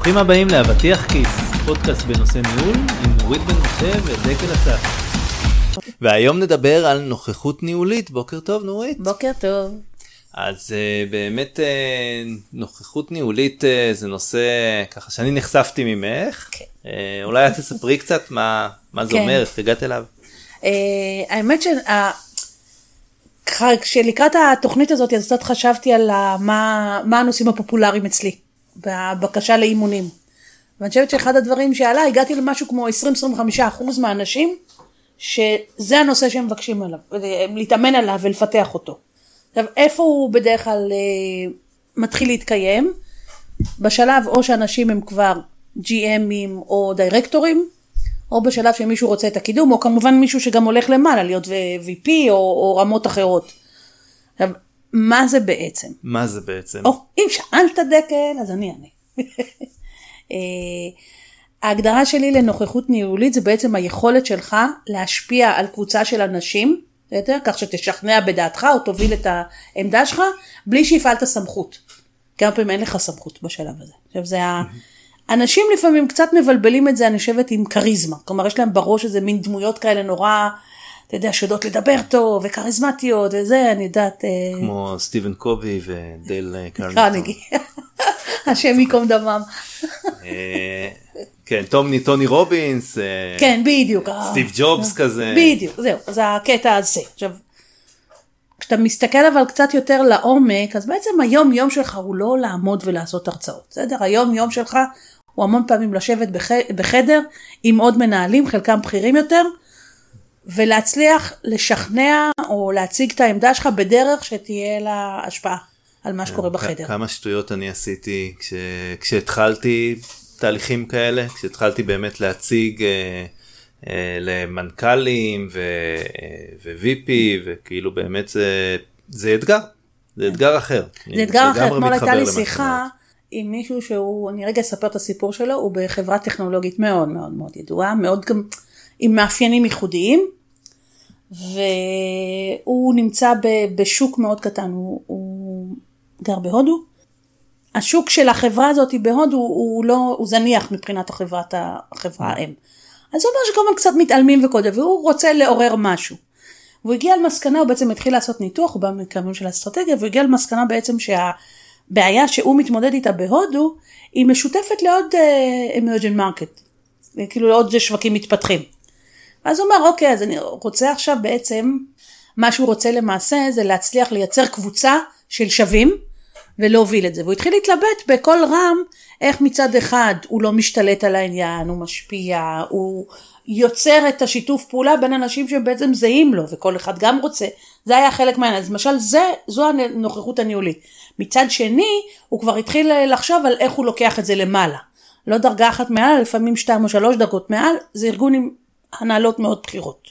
ברוכים הבאים לאבטיח כיס, פודקאסט בנושא ניהול עם נורית בן משה ודקל אסף. והיום נדבר על נוכחות ניהולית. בוקר טוב נורית. בוקר טוב. אז באמת נוכחות ניהולית זה נושא ככה שאני נחשפתי ממך. אולי את תספרי קצת מה זה אומר, איך הגעת אליו? האמת כשלקראת התוכנית הזאת אז קצת חשבתי על מה הנושאים הפופולריים אצלי בבקשה לאימונים. ואני חושבת שאחד הדברים שעלה, הגעתי למשהו כמו 20-25% מהאנשים שזה הנושא שהם מבקשים עליו, להתאמן עליו ולפתח אותו. עכשיו, איפה הוא בדרך כלל מתחיל להתקיים? בשלב או שאנשים הם כבר GMים או דירקטורים, או בשלב שמישהו רוצה את הקידום, או כמובן מישהו שגם הולך למעלה, להיות VP או רמות אחרות. עכשיו, מה זה בעצם? מה זה בעצם? אם שאלת דקל, אז אני אענה. ההגדרה שלי לנוכחות ניהולית זה בעצם היכולת שלך להשפיע על קבוצה של אנשים, כך שתשכנע בדעתך או תוביל את העמדה שלך, בלי שהפעלת סמכות. כמה פעמים אין לך סמכות בשלב הזה. עכשיו זה אנשים לפעמים קצת מבלבלים את זה, אני חושבת עם קריזמה. כלומר יש להם בראש איזה מין דמויות כאלה נורא, אתה יודע, שיודעות לדבר טוב וקריזמטיות וזה, אני יודעת. כמו סטיבן קובי ודייל קרנגי. השם יקום דמם. כן, טוני רובינס. כן, בדיוק. סטיב ג'ובס כזה. בדיוק, זהו, זה הקטע הזה. עכשיו, כשאתה מסתכל אבל קצת יותר לעומק, אז בעצם היום יום שלך הוא לא לעמוד ולעשות הרצאות. בסדר? היום יום שלך הוא המון פעמים לשבת בחדר עם עוד מנהלים, חלקם בכירים יותר, ולהצליח לשכנע או להציג את העמדה שלך בדרך שתהיה לה השפעה על מה שקורה בחדר. כמה שטויות אני עשיתי כשהתחלתי תהליכים כאלה, כשהתחלתי באמת להציג למנכ"לים ו-VP, וכאילו באמת זה אתגר, זה אתגר אחר. זה אתגר אחר, כמו הייתה לי שיחה עם מישהו שהוא, אני רגע אספר את הסיפור שלו, הוא בחברה טכנולוגית מאוד מאוד מאוד ידועה, מאוד גם עם מאפיינים ייחודיים, והוא נמצא בשוק מאוד קטן, הוא גר בהודו. השוק של החברה הזאת בהודו הוא זניח מבחינת החברה האם. אז הוא אומר שכמובן קצת מתעלמים וקודם, והוא רוצה לעורר משהו. והוא הגיע למסקנה, הוא בעצם התחיל לעשות ניתוח, הוא בא מכיוון של האסטרטגיה, והוא הגיע למסקנה בעצם שהבעיה שהוא מתמודד איתה בהודו, היא משותפת לעוד emerging market, כאילו לעוד שווקים מתפתחים. אז הוא אומר, אוקיי, אז אני רוצה עכשיו בעצם, מה שהוא רוצה למעשה, זה להצליח לייצר קבוצה של שווים, ולהוביל את זה. והוא התחיל להתלבט בכל רם, איך מצד אחד הוא לא משתלט על העניין, הוא משפיע, הוא יוצר את השיתוף פעולה בין אנשים שהם בעצם זהים לו, וכל אחד גם רוצה. זה היה חלק מהעניין. אז למשל, זו הנוכחות הניהולית. מצד שני, הוא כבר התחיל לחשוב על איך הוא לוקח את זה למעלה. לא דרגה אחת מעל, לפעמים 2 או 3 דרגות מעל, זה ארגון עם הנהלות מאוד בחירות.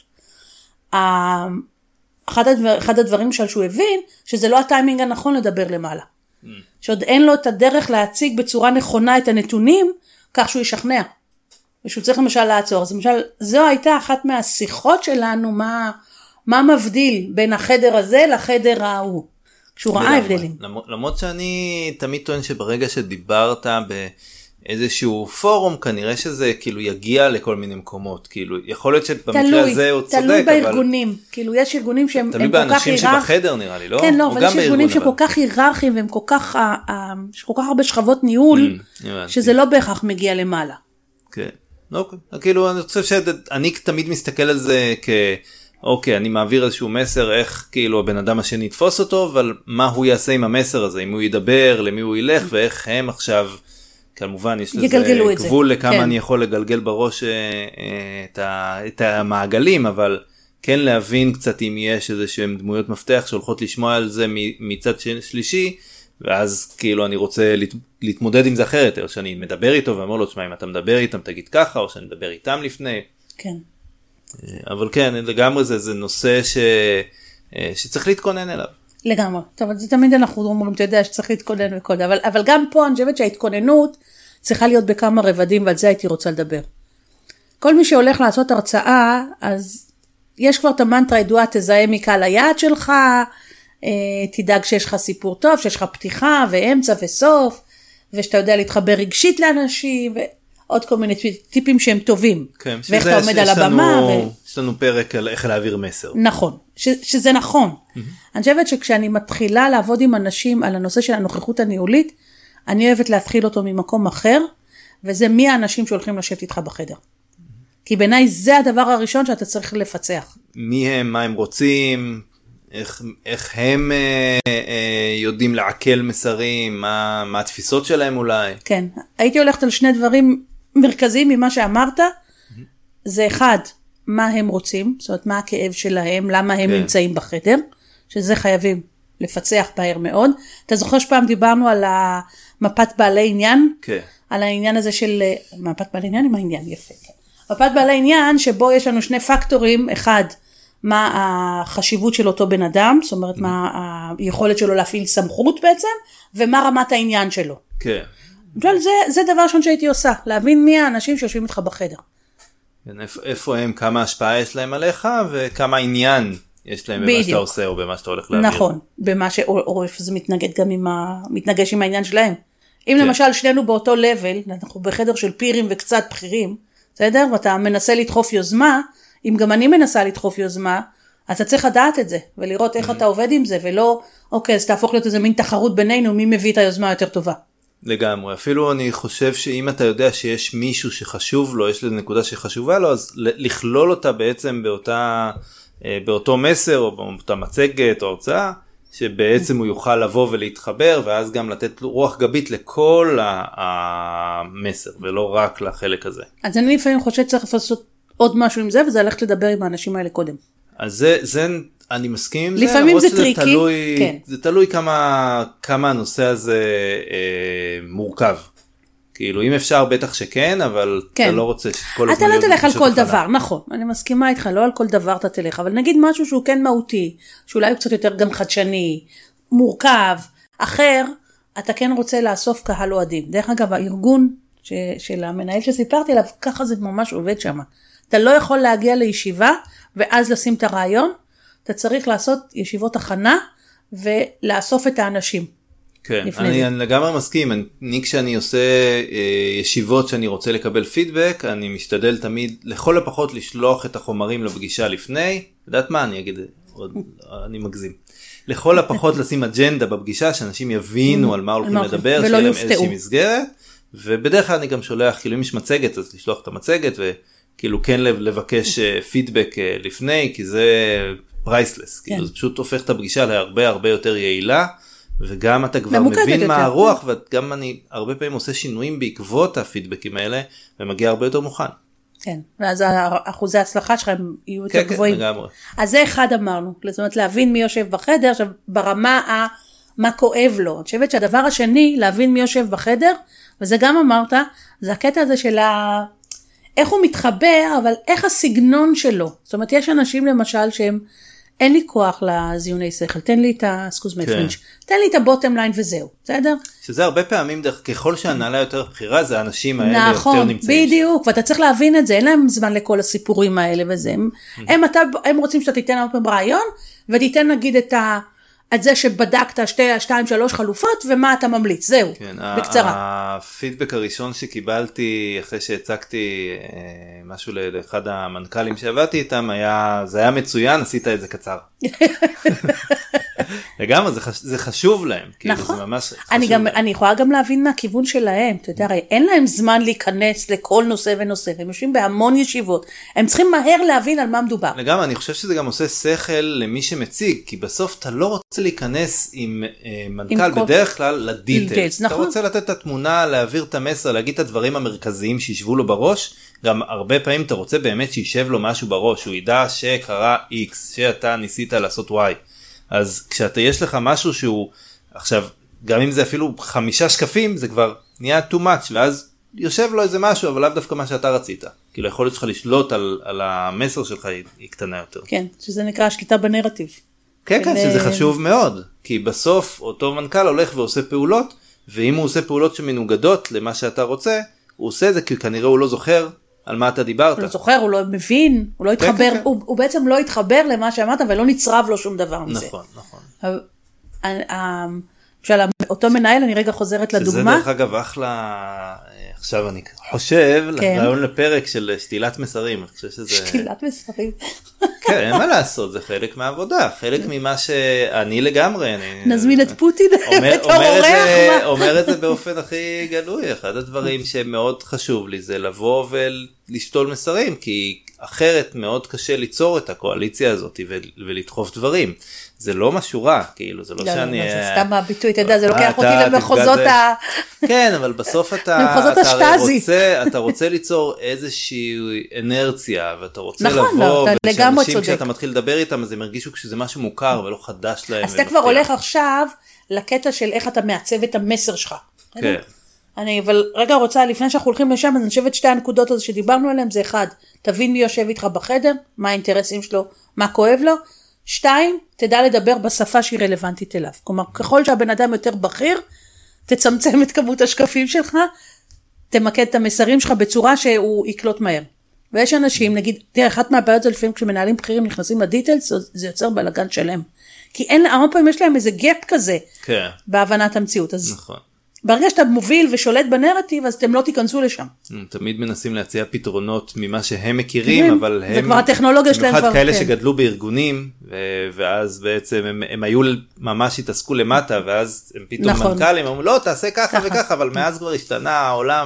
אחד הדברים שהוא הבין, שזה לא הטיימינג הנכון לדבר למעלה. שעוד אין לו את הדרך להציג בצורה נכונה את הנתונים, כך שהוא ישכנע. ושהוא צריך למשל לעצור. אז למשל, זו הייתה אחת מהשיחות שלנו, מה מבדיל בין החדר הזה לחדר ההוא. כשהוא ראה הבדלים. למרות שאני תמיד טוען שברגע שדיברת באיזשהו פורום, כנראה שזה כאילו יגיע לכל מיני מקומות. כאילו, יכול להיות שבמקרה הזה הוא צודק, תלוי בארגונים. כאילו, יש ארגונים שהם כל כך תלוי באנשים שבחדר נראה לי, לא? כן, לא, אבל יש ארגונים שכל כך היררכיים, והם כל כך הרבה שכבות ניהול, שזה לא בהכרח מגיע למעלה. כן, אוקיי. כאילו, אני חושב שאני תמיד מסתכל על זה אוקיי, אני מעביר איזשהו מסר, איך כאילו הבן אדם השני יתפוס אותו, אבל מה הוא יעשה עם המסר הזה, אם הוא ידבר, למי הוא ילך, ואיך הם עכשיו, כמובן יש לזה גבול לכמה אני יכול לגלגל בראש את המעגלים, אבל כן להבין קצת אם יש איזה שהם דמויות מפתח שהולכות לשמוע על זה מצד שלישי, ואז כאילו אני רוצה להתמודד עם זה אחרת, או שאני מדבר איתו ואומר לו, תשמע, אם אתה מדבר איתם תגיד ככה, או שאני מדבר איתם לפני. כן. אבל כן, לגמרי זה נושא שצריך להתכונן אליו. לגמרי. טוב, אז תמיד אנחנו אומרים, אתה יודע שצריך להתכונן וכל, אבל גם פה אני חושבת שההתכוננות צריכה להיות בכמה רבדים, ועל זה הייתי רוצה לדבר. כל מי שהולך לעשות הרצאה, אז יש כבר את המנטרה הידועה, תזהה מקהל היעד שלך, תדאג שיש לך סיפור טוב, שיש לך פתיחה ואמצע וסוף, ושאתה יודע להתחבר רגשית לאנשים, ועוד כל מיני טיפים שהם טובים. כן, ואיך אתה עומד על הבמה. יש לנו פרק על איך להעביר מסר. נכון, שזה נכון. אני חושבת שכשאני מתחילה לעבוד עם אנשים על הנושא של הנוכחות הניהולית, אני אוהבת להתחיל אותו ממקום אחר, וזה מי האנשים שהולכים לשבת איתך בחדר. כי בעיניי זה הדבר הראשון שאתה צריך לפצח. מי הם, מה הם רוצים, איך הם יודעים לעכל מסרים, מה התפיסות שלהם אולי. כן, הייתי הולכת על שני דברים מרכזיים ממה שאמרת, זה אחד, מה הם רוצים, זאת אומרת מה הכאב שלהם, למה הם נמצאים בחדר, שזה חייבים לפצח בהר מאוד. אתה זוכר שפעם דיברנו על מפת בעלי עניין? כן. על העניין הזה של, מפת בעלי עניין עם העניין, יפה. מפת בעלי עניין שבו יש לנו שני פקטורים, אחד, מה החשיבות של אותו בן אדם, זאת אומרת מה היכולת שלו להפעיל סמכות בעצם, ומה רמת העניין שלו. כן. זה דבר ראשון שהייתי עושה, להבין מי האנשים שיושבים איתך בחדר. איפה הם, כמה השפעה יש להם עליך, וכמה עניין יש להם במה שאתה עושה, או במה שאתה הולך להעביר. נכון, או איפה זה מתנגש עם העניין שלהם. אם למשל שנינו באותו לבל, אנחנו בחדר של פירים וקצת בכירים, בסדר? ואתה מנסה לדחוף יוזמה, אם גם אני מנסה לדחוף יוזמה, אתה צריך לדעת את זה, ולראות איך אתה עובד עם זה, ולא, אוקיי, אז תהפוך להיות איזה מין תחרות בינינו, מי מביא את היוזמה יותר טובה. לגמרי, אפילו אני חושב שאם אתה יודע שיש מישהו שחשוב לו, יש לזה נקודה שחשובה לו, אז לכלול אותה בעצם באותו מסר, או באותה מצגת או הרצאה, שבעצם הוא יוכל לבוא ולהתחבר, ואז גם לתת רוח גבית לכל המסר, ולא רק לחלק הזה. אז אני לפעמים חושבת שצריך לעשות עוד משהו עם זה, וזה הלכת לדבר עם האנשים האלה קודם. אז זה אני מסכים עם זה. לפעמים זה טריקי. כן. זה תלוי כמה הנושא הזה מורכב. כאילו, אם אפשר בטח שכן, אבל אתה לא רוצה שכל הזמן... אתה לא תלך על כל דבר, נכון. אני מסכימה איתך, לא על כל דבר אתה תלך, אבל נגיד משהו שהוא כן מהותי, שאולי הוא קצת יותר גם חדשני, מורכב, אחר, אתה כן רוצה לאסוף קהל אוהדים. דרך אגב, הארגון של המנהל שסיפרתי עליו, ככה זה ממש עובד שם. אתה לא יכול להגיע לישיבה, ואז לשים את הרעיון, אתה צריך לעשות ישיבות הכנה, ולאסוף את האנשים. כן, אני לגמרי מסכים, אני כשאני עושה ישיבות שאני רוצה לקבל פידבק, אני משתדל תמיד לכל הפחות לשלוח את החומרים לפגישה לפני, יודעת מה אני אגיד, אני מגזים, לכל הפחות לשים אג'נדה בפגישה, שאנשים יבינו על מה הולכים לדבר, שיהיה להם איזושהי מסגרת, ובדרך כלל אני גם שולח, כאילו אם יש מצגת, אז לשלוח את המצגת, וכאילו כן לבקש פידבק לפני, כי זה פרייסלס, כאילו זה פשוט הופך את הפגישה להרבה הרבה יותר יעילה, וגם אתה כבר מבין מה הרוח, וגם אני הרבה פעמים עושה שינויים בעקבות הפידבקים האלה, ומגיע הרבה יותר מוכן. כן, ואז אחוזי ההצלחה שלכם יהיו יותר גבוהים. כן, לגמרי. אז זה אחד אמרנו, זאת אומרת להבין מי יושב בחדר, עכשיו ברמה מה כואב לו. אני חושבת שהדבר השני, להבין מי יושב בחדר, וזה גם אמרת, זה הקטע הזה של איך הוא מתחבר, אבל איך הסגנון שלו. זאת אומרת, יש אנשים למשל שהם, אין לי כוח לזיוני שכל, תן לי את הסקוז מפרינץ', תן לי את הבוטם ליין וזהו, בסדר? שזה הרבה פעמים, ככל שהנהלה יותר בחירה, זה האנשים האלה יותר נמצאים. נכון, בדיוק, ואתה צריך להבין את זה, אין להם זמן לכל הסיפורים האלה וזה, הם רוצים שאתה תיתן להם רעיון, ותיתן נגיד את זה שבדקת 2-3 חלופות, ומה אתה ממליץ, זהו, בקצרה. הפידבק הראשון שקיבלתי, אחרי שהצגתי משהו לאחד המנכ"לים שעבדתי איתם, זה היה מצוין, עשית את זה קצר. לגמרי, זה חשוב להם. נכון. אני יכולה גם להבין מהכיוון שלהם, אתה יודע, אין להם זמן להיכנס לכל נושא ונושא, הם יושבים בהמון ישיבות, הם צריכים מהר להבין על מה מדובר. לגמרי, אני חושב שזה גם עושה שכל למי שמציג, כי בסוף אתה לא רוצה להיכנס עם מנכ"ל בדרך כלל לדיטלס. אתה רוצה לתת את התמונה, להעביר את המסר, להגיד את הדברים המרכזיים שישבו לו בראש, גם הרבה פעמים אתה רוצה באמת שישב לו משהו בראש, הוא ידע שקרה X, שאתה ניסית לעשות Y. אז כשאתה יש לך משהו שהוא, עכשיו, גם אם זה אפילו 5 שקפים, זה כבר נהיה too much, ואז יושב לו איזה משהו, אבל לאו דווקא מה שאתה רצית. כאילו, היכולת שלך לשלוט על המסר שלך היא קטנה יותר. כן, שזה נקרא שליטה בנרטיב. כן, כן, שזה חשוב מאוד, כי בסוף אותו מנכ"ל הולך ועושה פעולות, ואם הוא עושה פעולות שמנוגדות למה שאתה רוצה, הוא עושה את זה כי כנראה הוא לא זוכר על מה אתה דיברת. הוא לא זוכר, הוא לא מבין, הוא לא התחבר, הוא בעצם לא התחבר למה שאמרת, ולא נצרב לו שום דבר מזה. נכון, נכון. למשל, אותו מנהל, אני רגע חוזרת לדוגמה. שזה דרך אגב אחלה, עכשיו אני חושב, רעיון לפרק של שתילת מסרים. אני חושב שזה... שתילת מסרים. כן, אין מה לעשות, זה חלק מהעבודה, חלק ממה שאני לגמרי. נזמין את פוטין בתור אורח. אומר את זה באופן הכי גלוי, אחד הדברים שמאוד חשוב לי זה לבוא ולשתול מסרים, כי אחרת מאוד קשה ליצור את הקואליציה הזאת ולדחוף דברים. זה לא משהו רע, כאילו, זה לא שאני... זה סתם הביטוי, אתה יודע, זה לוקח אותי למחוזות ה... כן, אבל בסוף אתה רוצה ליצור איזושהי אנרציה, ואתה רוצה לבוא, ושאנשים כשאתה מתחיל לדבר איתם, אז הם הרגישו שזה משהו מוכר ולא חדש להם. אז אתה כבר הולך עכשיו לקטע של איך אתה מעצב את המסר שלך. כן. אני אבל רגע רוצה, לפני שאנחנו הולכים לשם, אז אני חושבת שתי הנקודות הזה שדיברנו עליהן, זה אחד, תבין מי יושב איתך בחדר, מה האינטרסים שלו, מה כואב לו, 2, תדע לדבר בשפה שהיא רלוונטית אליו. כלומר, ככל שהבן אדם יותר בכיר, תצמצם את כמות השקפים שלך, תמקד את המסרים שלך בצורה שהוא יקלוט מהר. ויש אנשים, נגיד, תראה, אחת מהבעיות זה לפעמים כשמנהלים בכירים נכנסים לדיטלס, זה יוצר בלגן שלם. כי אין, הרבה פעמים יש להם איזה גאפ כזה, כן. בהבנת המציאות. אז נכון. ברגע שאתה מוביל ושולט בנרטיב, אז אתם לא תיכנסו לשם. תמיד מנסים להציע פתרונות ממה שהם מכירים, אבל הם... וכבר הטכנולוגיה שלהם במיוחד כאלה שגדלו בארגונים, ואז בעצם הם היו ממש התעסקו למטה, ואז הם פתאום מנכ"לים, אמרו, לא, תעשה ככה וככה, אבל מאז כבר השתנה העולם,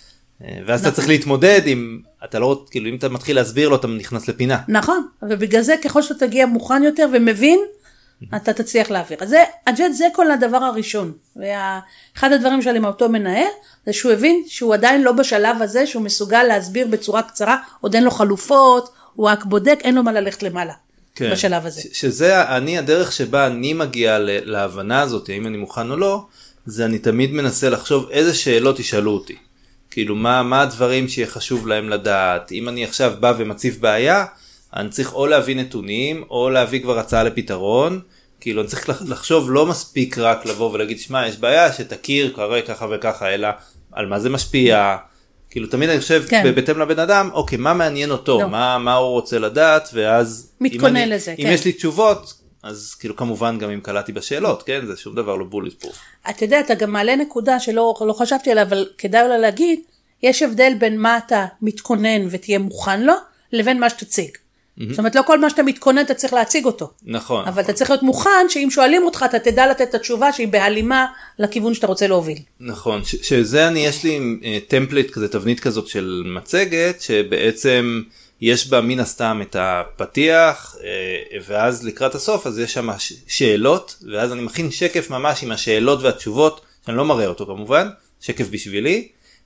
ואז אתה צריך להתמודד עם, אתה לא, כאילו, אם אתה מתחיל להסביר לו, אתה נכנס לפינה. נכון, ובגלל זה ככל שאתה תגיע מוכן יותר ומבין, אתה תצליח להעביר. אז זה כל הדבר הראשון. ואחד הדברים שלי עם אותו מנהל, זה שהוא הבין שהוא עדיין לא בשלב הזה, שהוא מסוגל להסביר בצורה קצרה, עוד אין לו חלופות, הוא רק בודק, אין לו מה ללכת למעלה. כן. בשלב הזה. שזה הדרך שבה אני מגיע להבנה הזאת, האם אני מוכן או לא, זה אני תמיד מנסה לחשוב איזה שאלות ישאלו אותי. כאילו מה הדברים שיהיה חשוב להם לדעת. אם אני עכשיו בא ומציף בעיה, אני צריך או להביא נתונים, או להביא כבר הצעה לפתרון, כאילו אני צריך לחשוב לא מספיק רק לבוא ולהגיד, שמע, יש בעיה שתכיר קורה ככה וככה, אלא על מה זה משפיע, כאילו תמיד אני חושב, כן. בהתאם לבן אדם, אוקיי, מה מעניין אותו, מה הוא רוצה לדעת, ואז מתכונן לזה, אם יש לי תשובות, אז כאילו כמובן גם אם קלעתי בשאלות, כן, זה שום דבר לא בולט פרוף. אתה יודע, אתה גם מעלה נקודה שלא חשבתי עליה, אבל כדאי לה להגיד, יש הבדל בין מה אתה מתכונן ותהיה מוכן לו, לבין מה שתציג. זאת אומרת, לא כל מה שאתה מתכונן, אתה צריך להציג אותו. נכון. אבל אתה צריך להיות מוכן, שאם שואלים אותך, אתה תדע לתת את התשובה שהיא בהלימה לכיוון שאתה רוצה להוביל. נכון, שזה יש לי טמפלט כזה, תבנית כזאת של מצגת, שבעצם יש בה מן הסתם את הפתיח, ואז לקראת הסוף, אז יש שם שאלות, ואז אני מכין שקף ממש עם השאלות והתשובות, שאני לא מראה אותו כמובן, שקף בשבילי,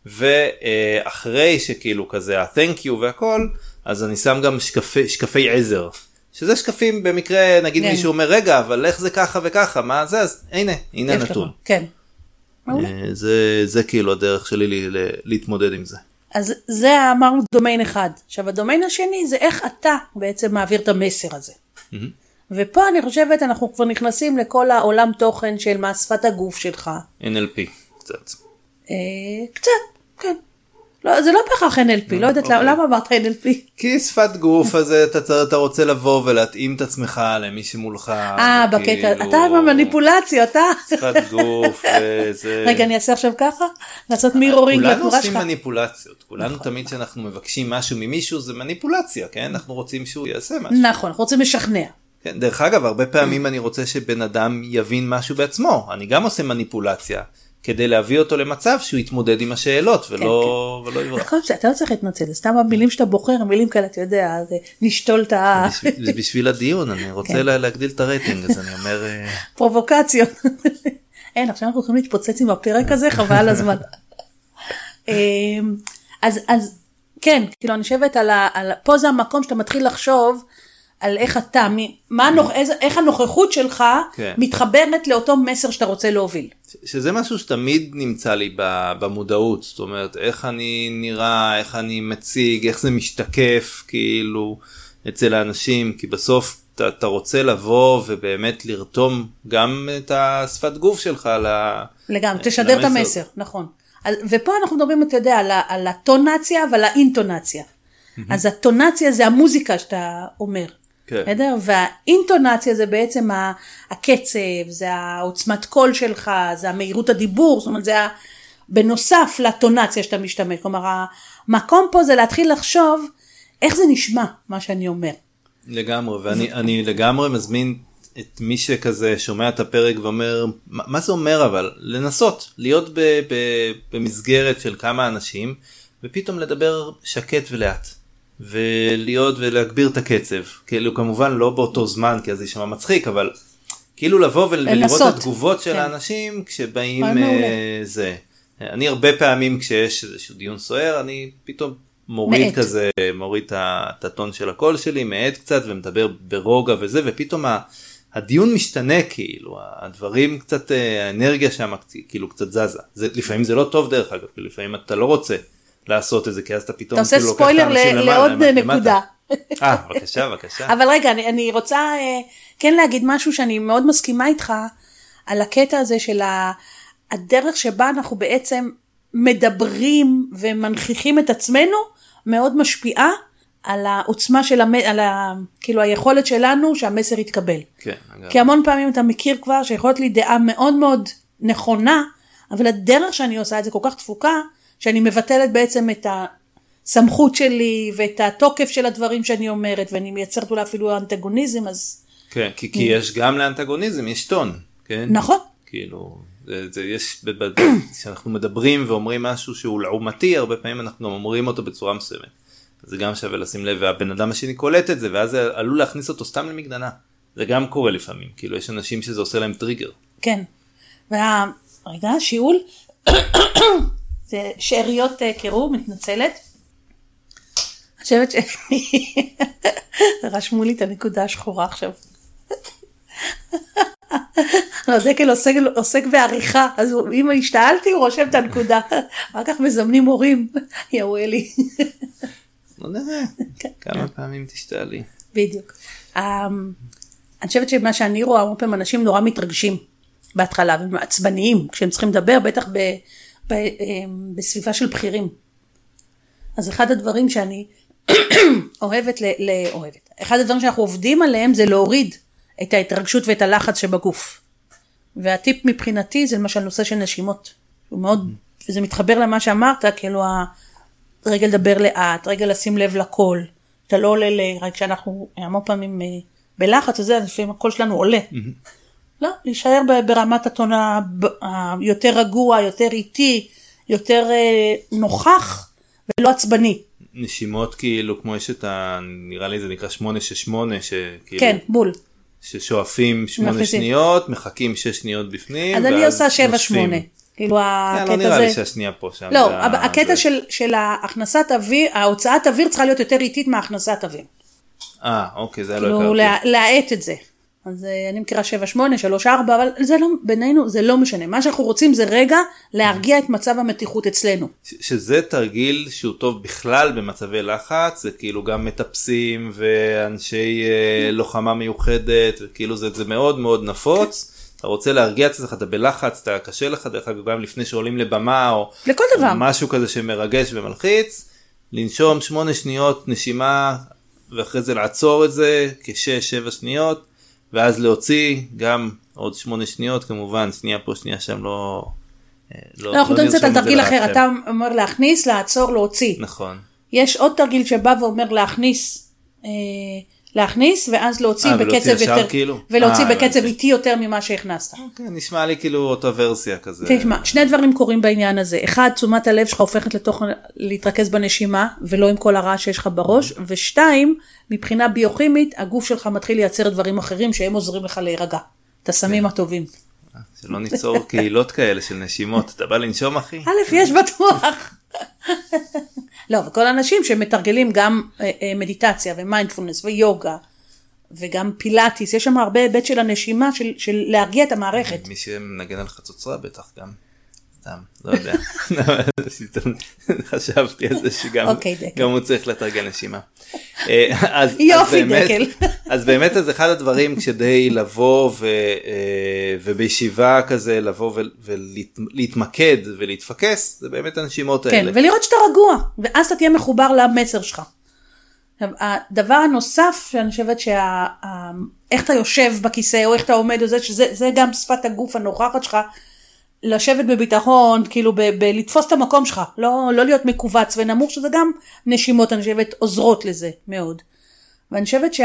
ואחרי שכאילו כזה ה-thank you והכל, אז אני שם גם שקפי עזר, שזה שקפים במקרה, נגיד מישהו אומר, רגע, אבל איך זה ככה וככה, מה זה? אז הנה הנתון. כן. זה כאילו הדרך שלי להתמודד עם זה. אז זה אמרנו דומיין אחד. עכשיו, הדומיין השני זה איך אתה בעצם מעביר את המסר הזה. ופה אני חושבת, אנחנו כבר נכנסים לכל העולם תוכן של מה שפת הגוף שלך. NLP, קצת. קצת, כן. לא, זה לא בהכרח NLP, לא יודעת למה אמרת NLP. כי שפת גוף, אז אתה רוצה לבוא ולהתאים את עצמך למי שמולך. בקטע, אתה במניפולציה, אתה. שפת גוף, זה... רגע, אני אעשה עכשיו ככה? לעשות מירורינג לתנועה שלך. כולנו עושים מניפולציות, כולנו תמיד שאנחנו מבקשים משהו ממישהו, זה מניפולציה, כן? אנחנו רוצים שהוא יעשה משהו. נכון, אנחנו רוצים לשכנע. כן, דרך אגב, הרבה פעמים אני רוצה שבן אדם יבין משהו בעצמו, אני גם עושה מניפולציה. כדי להביא אותו למצב שהוא יתמודד עם השאלות, ולא יברח. אתה לא צריך להתנצל, זה סתם המילים שאתה בוחר, המילים כאלה, אתה יודע, נשתול את ה... זה בשביל הדיון, אני רוצה להגדיל את הרייטינג, אז אני אומר... פרובוקציות. אין, עכשיו אנחנו יכולים להתפוצץ עם הפרק הזה, חבל הזמן. אז כן, כאילו אני חושבת על... פה זה המקום שאתה מתחיל לחשוב, על איך אתה, איך הנוכחות שלך מתחברת לאותו מסר שאתה רוצה להוביל. שזה משהו שתמיד נמצא לי במודעות, זאת אומרת, איך אני נראה, איך אני מציג, איך זה משתקף, כאילו, אצל האנשים, כי בסוף אתה רוצה לבוא ובאמת לרתום גם את השפת גוף שלך לגמרי, תשדר את המסר, נכון. ופה אנחנו מדברים, אתה יודע, על הטונציה ועל האינטונציה. אז הטונציה זה המוזיקה שאתה אומר. בסדר? והאינטונציה זה בעצם הקצב, זה העוצמת קול שלך, זה המהירות הדיבור, זאת אומרת זה בנוסף לטונציה שאתה משתמש, כלומר המקום פה זה להתחיל לחשוב איך זה נשמע מה שאני אומר. לגמרי, ואני לגמרי מזמין את מי שכזה שומע את הפרק ואומר, מה זה אומר אבל? לנסות, להיות במסגרת של כמה אנשים, ופתאום לדבר שקט ולאט, ולהיות ולהגביר את הקצב, כאילו כמובן לא באותו זמן, כי אז זה יישמע מצחיק, אבל כאילו לבוא ולראות את התגובות של האנשים, כשבאים זה. אני הרבה פעמים כשיש איזשהו דיון סוער, אני פתאום מוריד כזה, מוריד את הטון של הקול שלי, מעט קצת ומדבר ברוגע וזה, ופתאום הדיון משתנה כאילו, הדברים קצת, האנרגיה שם כאילו קצת זזה. לפעמים זה לא טוב דרך אגב, לפעמים אתה לא רוצה לעשות את זה, כי אז אתה פתאום אתה עושה ספוילר לעוד נקודה. בבקשה, בבקשה. אבל רגע, אני רוצה כן להגיד משהו שאני מאוד מסכימה איתך, על הקטע הזה של הדרך שבה אנחנו בעצם מדברים ומנכיחים את עצמנו, מאוד משפיעה על העוצמה של כאילו היכולת שלנו שהמסר יתקבל. כן. כי המון פעמים אתה מכיר כבר שיכולת לי דעה מאוד מאוד נכונה, אבל הדרך שאני עושה את זה כל כך תפוקה, שאני מבטלת בעצם את הסמכות שלי ואת התוקף של הדברים שאני אומרת, ואני מייצרת אולי אפילו אנטגוניזם, אז... כן, כי יש גם לאנטגוניזם, יש טון, כן? נכון. כאילו, יש, כשאנחנו מדברים ואומרים משהו שהוא לעומתי, הרבה פעמים אנחנו אומרים אותו בצורה מסוימת. זה גם שווה לשים לב, והבן אדם השני קולט את זה, ואז זה עלול להכניס אותו סתם למגננה. זה גם קורה לפעמים, כאילו יש אנשים שזה עושה להם טריגר. כן, רגע, שיעול, זה שאריות קירור, מתנצלת. אני חושבת רשמו לי את הנקודה השחורה עכשיו. לא, דקל עוסק בעריכה, אז אם השתעלתי הוא רושם את הנקודה, אחר כך מזמנים הורים, יאו אלי. לא נראה, כמה פעמים תשתעלי. בדיוק. אני חושבת שמה שאני רואה, הרבה פעמים אנשים נורא מתרגשים בהתחלה, והם עצבניים, כשהם צריכים לדבר, בטח בסביבה של בכירים. אז אחד הדברים שאני אוהבת, אחד הדברים שאנחנו עובדים עליהם, זה להוריד את ההתרגשות ואת הלחץ שבגוף. והטיפ מבחינתי זה למשל נושא של נשימות. הוא מאוד, וזה מתחבר למה שאמרת, כאילו רגע לדבר לאט, רגע לשים לב לקול. אתה לא עולה רק כשאנחנו המון פעמים בלחץ, אז לפעמים הקול שלנו עולה. לא, להישאר ברמת הטון היותר רגוע, יותר איטי, יותר נוכח ולא עצבני. נשימות כאילו, כמו יש את נראה לי זה נקרא 868, שכאילו... כן, בול. ששואפים 8 שניות, מחכים 6 שניות בפנים. אז אני עושה 7-8. כאילו הקטע לא נראה לי שהשנייה פה שם. לא, הקטע של הכנסת אוויר, ההוצאת אוויר צריכה להיות יותר איטית מהכנסת אוויר. אוקיי, זה לא הכרתי. להאט את זה. אז אני מכירה 7-8, 3-4, אבל זה לא, בינינו זה לא משנה. מה שאנחנו רוצים זה רגע להרגיע את מצב המתיחות אצלנו. שזה תרגיל שהוא טוב בכלל במצבי לחץ, זה כאילו גם מטפסים ואנשי לוחמה מיוחדת, וכאילו זה מאוד מאוד נפוץ. אתה רוצה להרגיע את עצמך, אתה בלחץ, אתה קשה לך, דרך אגב גם לפני שעולים לבמה, או משהו כזה שמרגש ומלחיץ, לנשום 8 שניות נשימה, ואחרי זה לעצור את זה כ6-7 שניות, ואז להוציא גם עוד 8 שניות, כמובן, שנייה פה, שנייה שם, לא אנחנו נרשום קצת על תרגיל אחר, אתה אומר להכניס, לעצור, להוציא. נכון. יש עוד תרגיל שבא ואומר להכניס, ואז להוציא בקצב יותר, ולהוציא בקצב איטי יותר ממה שהכנסת. נשמע לי כאילו אותה ורסיה כזה. תשמע, שני דברים קורים בעניין הזה. אחד, תשומת הלב שלך הופכת להתרכז בנשימה, ולא עם כל הרעש שיש לך בראש. ושתיים, מבחינה ביוכימית, הגוף שלך מתחיל לייצר דברים אחרים שהם עוזרים לך להירגע. את הסמים הטובים. שלא ניצור קהילות כאלה של נשימות. אתה בא לנשום אחי? יש בטוח. לא, וכל האנשים שמתרגלים גם מדיטציה ומיינדפולנס ויוגה וגם פילאטיס, יש שם הרבה היבט של הנשימה של להרגיע את המערכת. מי שמנגן על חצוצרה בטח גם, סתם, לא יודע. חשבתי על זה שגם הוא צריך לתרגל נשימה. יופי דקל. אז באמת אז אחד הדברים כדי לבוא ובישיבה כזה לבוא ולהתמקד ולהתפקס, זה באמת הנשימות האלה. כן, ולראות שאתה רגוע, ואז אתה תהיה מחובר למסר שלך. הדבר הנוסף שאני חושבת איך אתה יושב בכיסא או איך אתה עומד, שזה גם שפת הגוף הנוכחת שלך, לשבת בביטחון, כאילו לתפוס את המקום שלך, לא להיות מקובץ ונמוך, שזה גם נשימות, אני חושבת, עוזרות לזה מאוד. ואני חושבת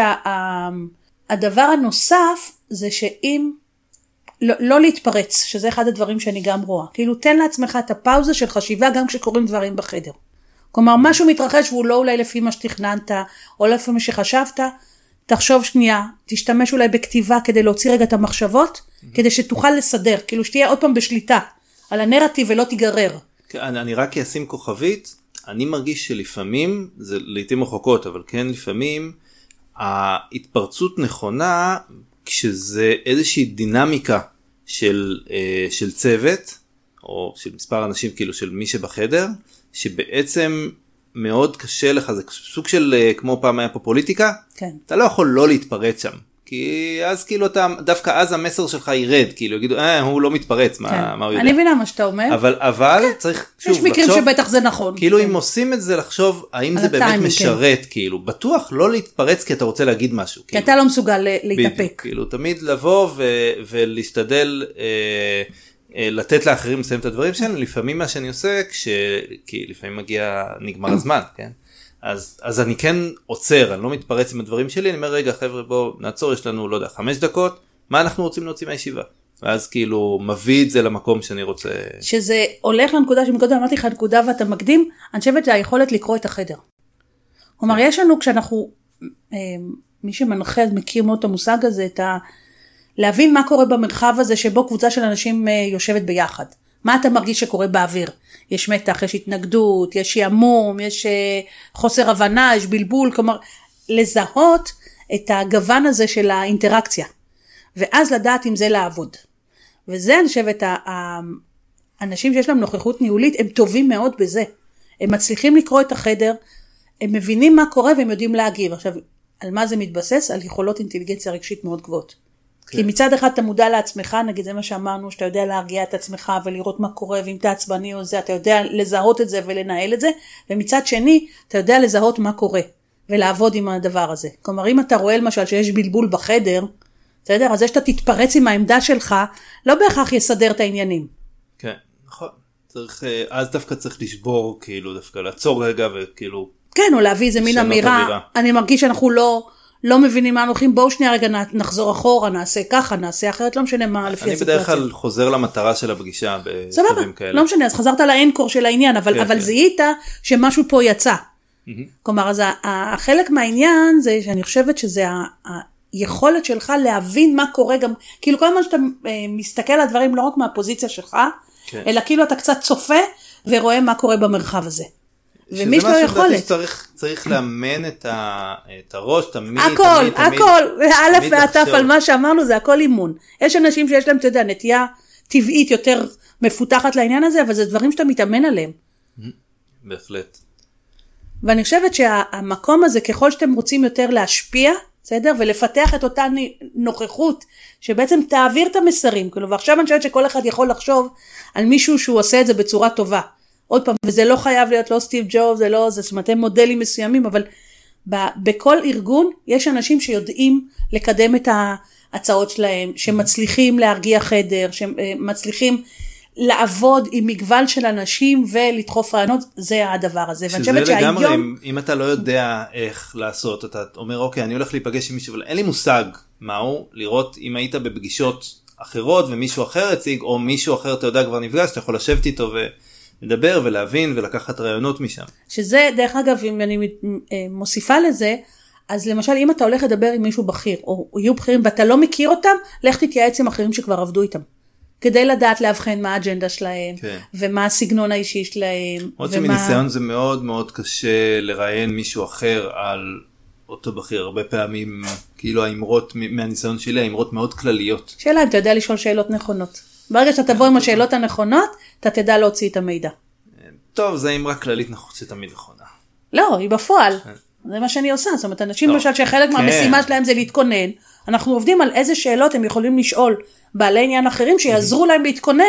שהדבר הנוסף זה שאם לא להתפרץ, שזה אחד הדברים שאני גם רואה, כאילו תן לעצמך את הפאוזה של חשיבה גם כשקורים דברים בחדר. כלומר, משהו מתרחש והוא לא אולי לפי מה שתכננת, או לפי מה שחשבת, תחשוב שנייה, תשתמש אולי בכתיבה כדי להוציא רגע את המחשבות, כדי שתוכל לסדר, כאילו שתהיה עוד פעם בשליטה על הנרטיב ולא תיגרר. אני רק אשים כוכבית, אני מרגיש שלפעמים, זה לעתים רחוקות, אבל כן לפעמים, ההתפרצות נכונה, כשזה איזושהי דינמיקה של צוות, או של מספר אנשים, כאילו של מי שבחדר, שבעצם מאוד קשה לך, זה סוג של, כמו פעם היה פה פוליטיקה, כן. אתה לא יכול לא להתפרץ שם, כי אז כאילו אתה, דווקא אז המסר שלך ירד, כאילו יגידו, הוא לא מתפרץ, מה הוא יודע. אני מבינה מה שאתה אומר. אבל צריך, שוב, יש מקרים שבטח זה נכון. כאילו אם עושים את זה לחשוב, האם זה באמת משרת, כאילו, בטוח לא להתפרץ כי אתה רוצה להגיד משהו. כי אתה לא מסוגל להתאפק. כאילו, תמיד לבוא ולהשתדל לתת לאחרים לסיים את הדברים שלנו, לפעמים מה שאני עושה, כי לפעמים נגמר הזמן, כן? אז אני כן עוצר, אני לא מתפרץ עם הדברים שלי, אני אומר, רגע חבר'ה בואו נעצור, יש לנו, לא יודע, 5 דקות, מה אנחנו רוצים להוציא מהישיבה? ואז כאילו מביא את זה למקום שאני רוצה. שזה הולך לנקודה שמקודם אמרתי לך נקודה ואתה מקדים, אני חושבת זה היכולת לקרוא את החדר. כלומר, יש לנו כשאנחנו, מי שמנחה מכיר מאוד את המושג הזה, להבין מה קורה במרחב הזה שבו קבוצה של אנשים יושבת ביחד. מה אתה מרגיש שקורה באוויר? יש מתח, יש התנגדות, יש שעמום, יש חוסר הבנה, יש בלבול, כלומר, לזהות את הגוון הזה של האינטראקציה, ואז לדעת אם זה לעבוד. וזה אני חושבת, האנשים שיש להם נוכחות ניהולית, הם טובים מאוד בזה. הם מצליחים לקרוא את החדר, הם מבינים מה קורה והם יודעים להגיב. עכשיו, על מה זה מתבסס? על יכולות אינטליגנציה רגשית מאוד גבוהות. כי מצד אחד אתה מודע לעצמך, נגיד זה מה שאמרנו, שאתה יודע להרגיע את עצמך ולראות מה קורה, ואם אתה עצבני או זה, אתה יודע לזהות את זה ולנהל את זה, ומצד שני, אתה יודע לזהות מה קורה, ולעבוד עם הדבר הזה. כלומר, אם אתה רואה למשל שיש בלבול בחדר, אתה יודע, אז זה שאתה תתפרץ עם העמדה שלך, לא בהכרח יסדר את העניינים. כן, נכון. אז דווקא צריך לשבור, כאילו, דווקא לעצור רגע וכאילו... כן, או להביא איזה מין אמירה, אני מרגיש שאנחנו לא מבינים מה הולכים, בואו שנייה רגע נחזור אחורה, נעשה ככה, נעשה אחרת, לא משנה מה לפי הסיטואציה. אני בדרך כלל חוזר למטרה של הפגישה בשלבים כאלה. לא משנה, אז חזרת לאנקור של העניין, אבל זיהית שמשהו פה יצא. כלומר, אז החלק מהעניין זה שאני חושבת שזה היכולת שלך להבין מה קורה גם, כאילו כל הזמן שאתה מסתכל על הדברים לא רק מהפוזיציה שלך, אלא כאילו אתה קצת צופה ורואה מה קורה במרחב הזה. ומי שלא יכולת. צריך לאמן את הראש, תמיד. הכל, א' ועטף על מה שאמרנו, זה הכל אימון. יש אנשים שיש להם, אתה יודע, נטייה טבעית יותר מפותחת לעניין הזה, אבל זה דברים שאתה מתאמן עליהם. בהחלט. ואני חושבת שהמקום הזה, ככל שאתם רוצים יותר להשפיע, בסדר? ולפתח את אותה נוכחות, שבעצם תעביר את המסרים, כאילו, ועכשיו אני חושבת שכל אחד יכול לחשוב על מישהו שהוא עושה את זה בצורה טובה. עוד פעם, וזה לא חייב להיות לא סטיב ג'ובס, זה לא, זאת אומרת, הם מודלים מסוימים, אבל בכל ארגון יש אנשים שיודעים לקדם את ההצעות שלהם, שמצליחים להרגיע חדר, שמצליחים לעבוד עם מגוון של אנשים ולדחוף רעיונות, זה הדבר הזה. שזה לגמרי, אם אתה לא יודע איך לעשות, אתה אומר, אוקיי, אני הולך להיפגש עם מישהו, אבל אין לי מושג מהו, לראות אם היית בפגישות אחרות, ומישהו אחר הציג, או מישהו אחר, אתה יודע, כבר נפגש, אתה יכול לשבת איתו לדבר ולהבין ולקחת רעיונות משם. שזה, דרך אגב, אם אני מוסיפה לזה, אז למשל, אם אתה הולך לדבר עם מישהו בכיר, או יהיו בכירים, ואתה לא מכיר אותם, לך תתייעץ עם אחרים שכבר עבדו איתם. כדי לדעת להבחן מה האג'נדה שלהם, ומה הסגנון האישי שלהם. עוד שמניסיון זה מאוד מאוד קשה לראיין מישהו אחר על אותו בכיר. הרבה פעמים, כאילו האמרות מהניסיון שלי, האמרות מאוד כלליות. שאלה, אתה יודע לשאול שאלות נכונות. ברגע שאתה תבוא עם השאלות הנכונות, אתה תדע להוציא את המידע. טוב, זה אמרה כללית שתמיד נכונה. לא, היא בפועל. זה מה שאני עושה. זאת אומרת, אנשים למשל שחלק מהמשימה שלהם זה להתכונן. אנחנו עובדים על איזה שאלות הם יכולים לשאול בעלי עניין אחרים שיעזרו להם להתכונן.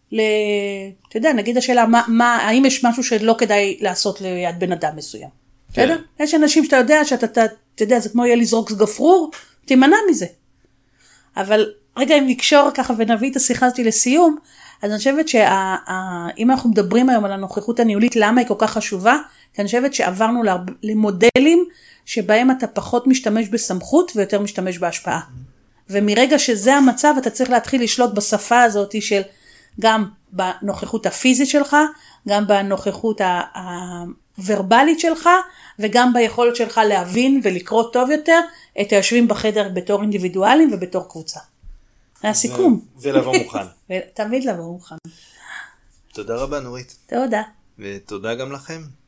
אתה יודע, נגיד השאלה, האם יש משהו שלא כדאי לעשות ליד בן אדם מסוים? בסדר? יש אנשים שאתה יודע אתה יודע, זה כמו יהיה לזרוק גפרור, תימנע מזה. אבל רגע, אם נקשור ככה ונביא את השיחה הזאת לסיום, אז אני חושבת שאם אנחנו מדברים היום על הנוכחות הניהולית, למה היא כל כך חשובה? כי אני חושבת שעברנו למודלים שבהם אתה פחות משתמש בסמכות ויותר משתמש בהשפעה. ומרגע שזה המצב, אתה צריך להתחיל לשלוט בשפה הזאת של גם בנוכחות הפיזית שלך, גם בנוכחות הוורבלית שלך, וגם ביכולת שלך להבין ולקרוא טוב יותר את היושבים בחדר בתור אינדיבידואלים ובתור קבוצה. זה הסיכום. ולבוא מוכן. תמיד לבוא מוכן. תודה רבה נורית. תודה. ותודה גם לכם.